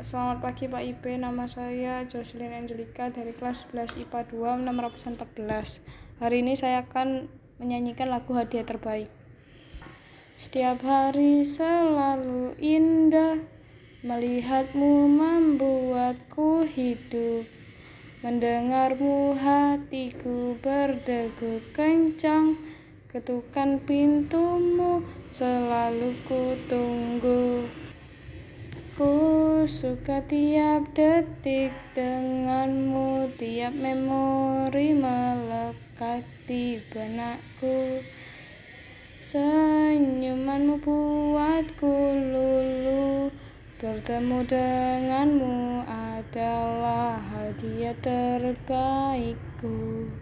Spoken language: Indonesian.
Selamat pagi Pak Ibe, nama saya Jocelyn Angelika dari kelas 11 IPA 2 nomor absen 14. Hari ini saya akan menyanyikan lagu Hadiah Terbaik. Setiap hari selalu indah, melihatmu membuatku hidup. Mendengarmu hatiku berdegup kencang, ketukan pintumu selalu ku tunggu. Ku suka tiap detik denganmu, tiap memori melekat di benakku. Senyumanmu buatku lulu, bertemu denganmu adalah hadiah terbaikku.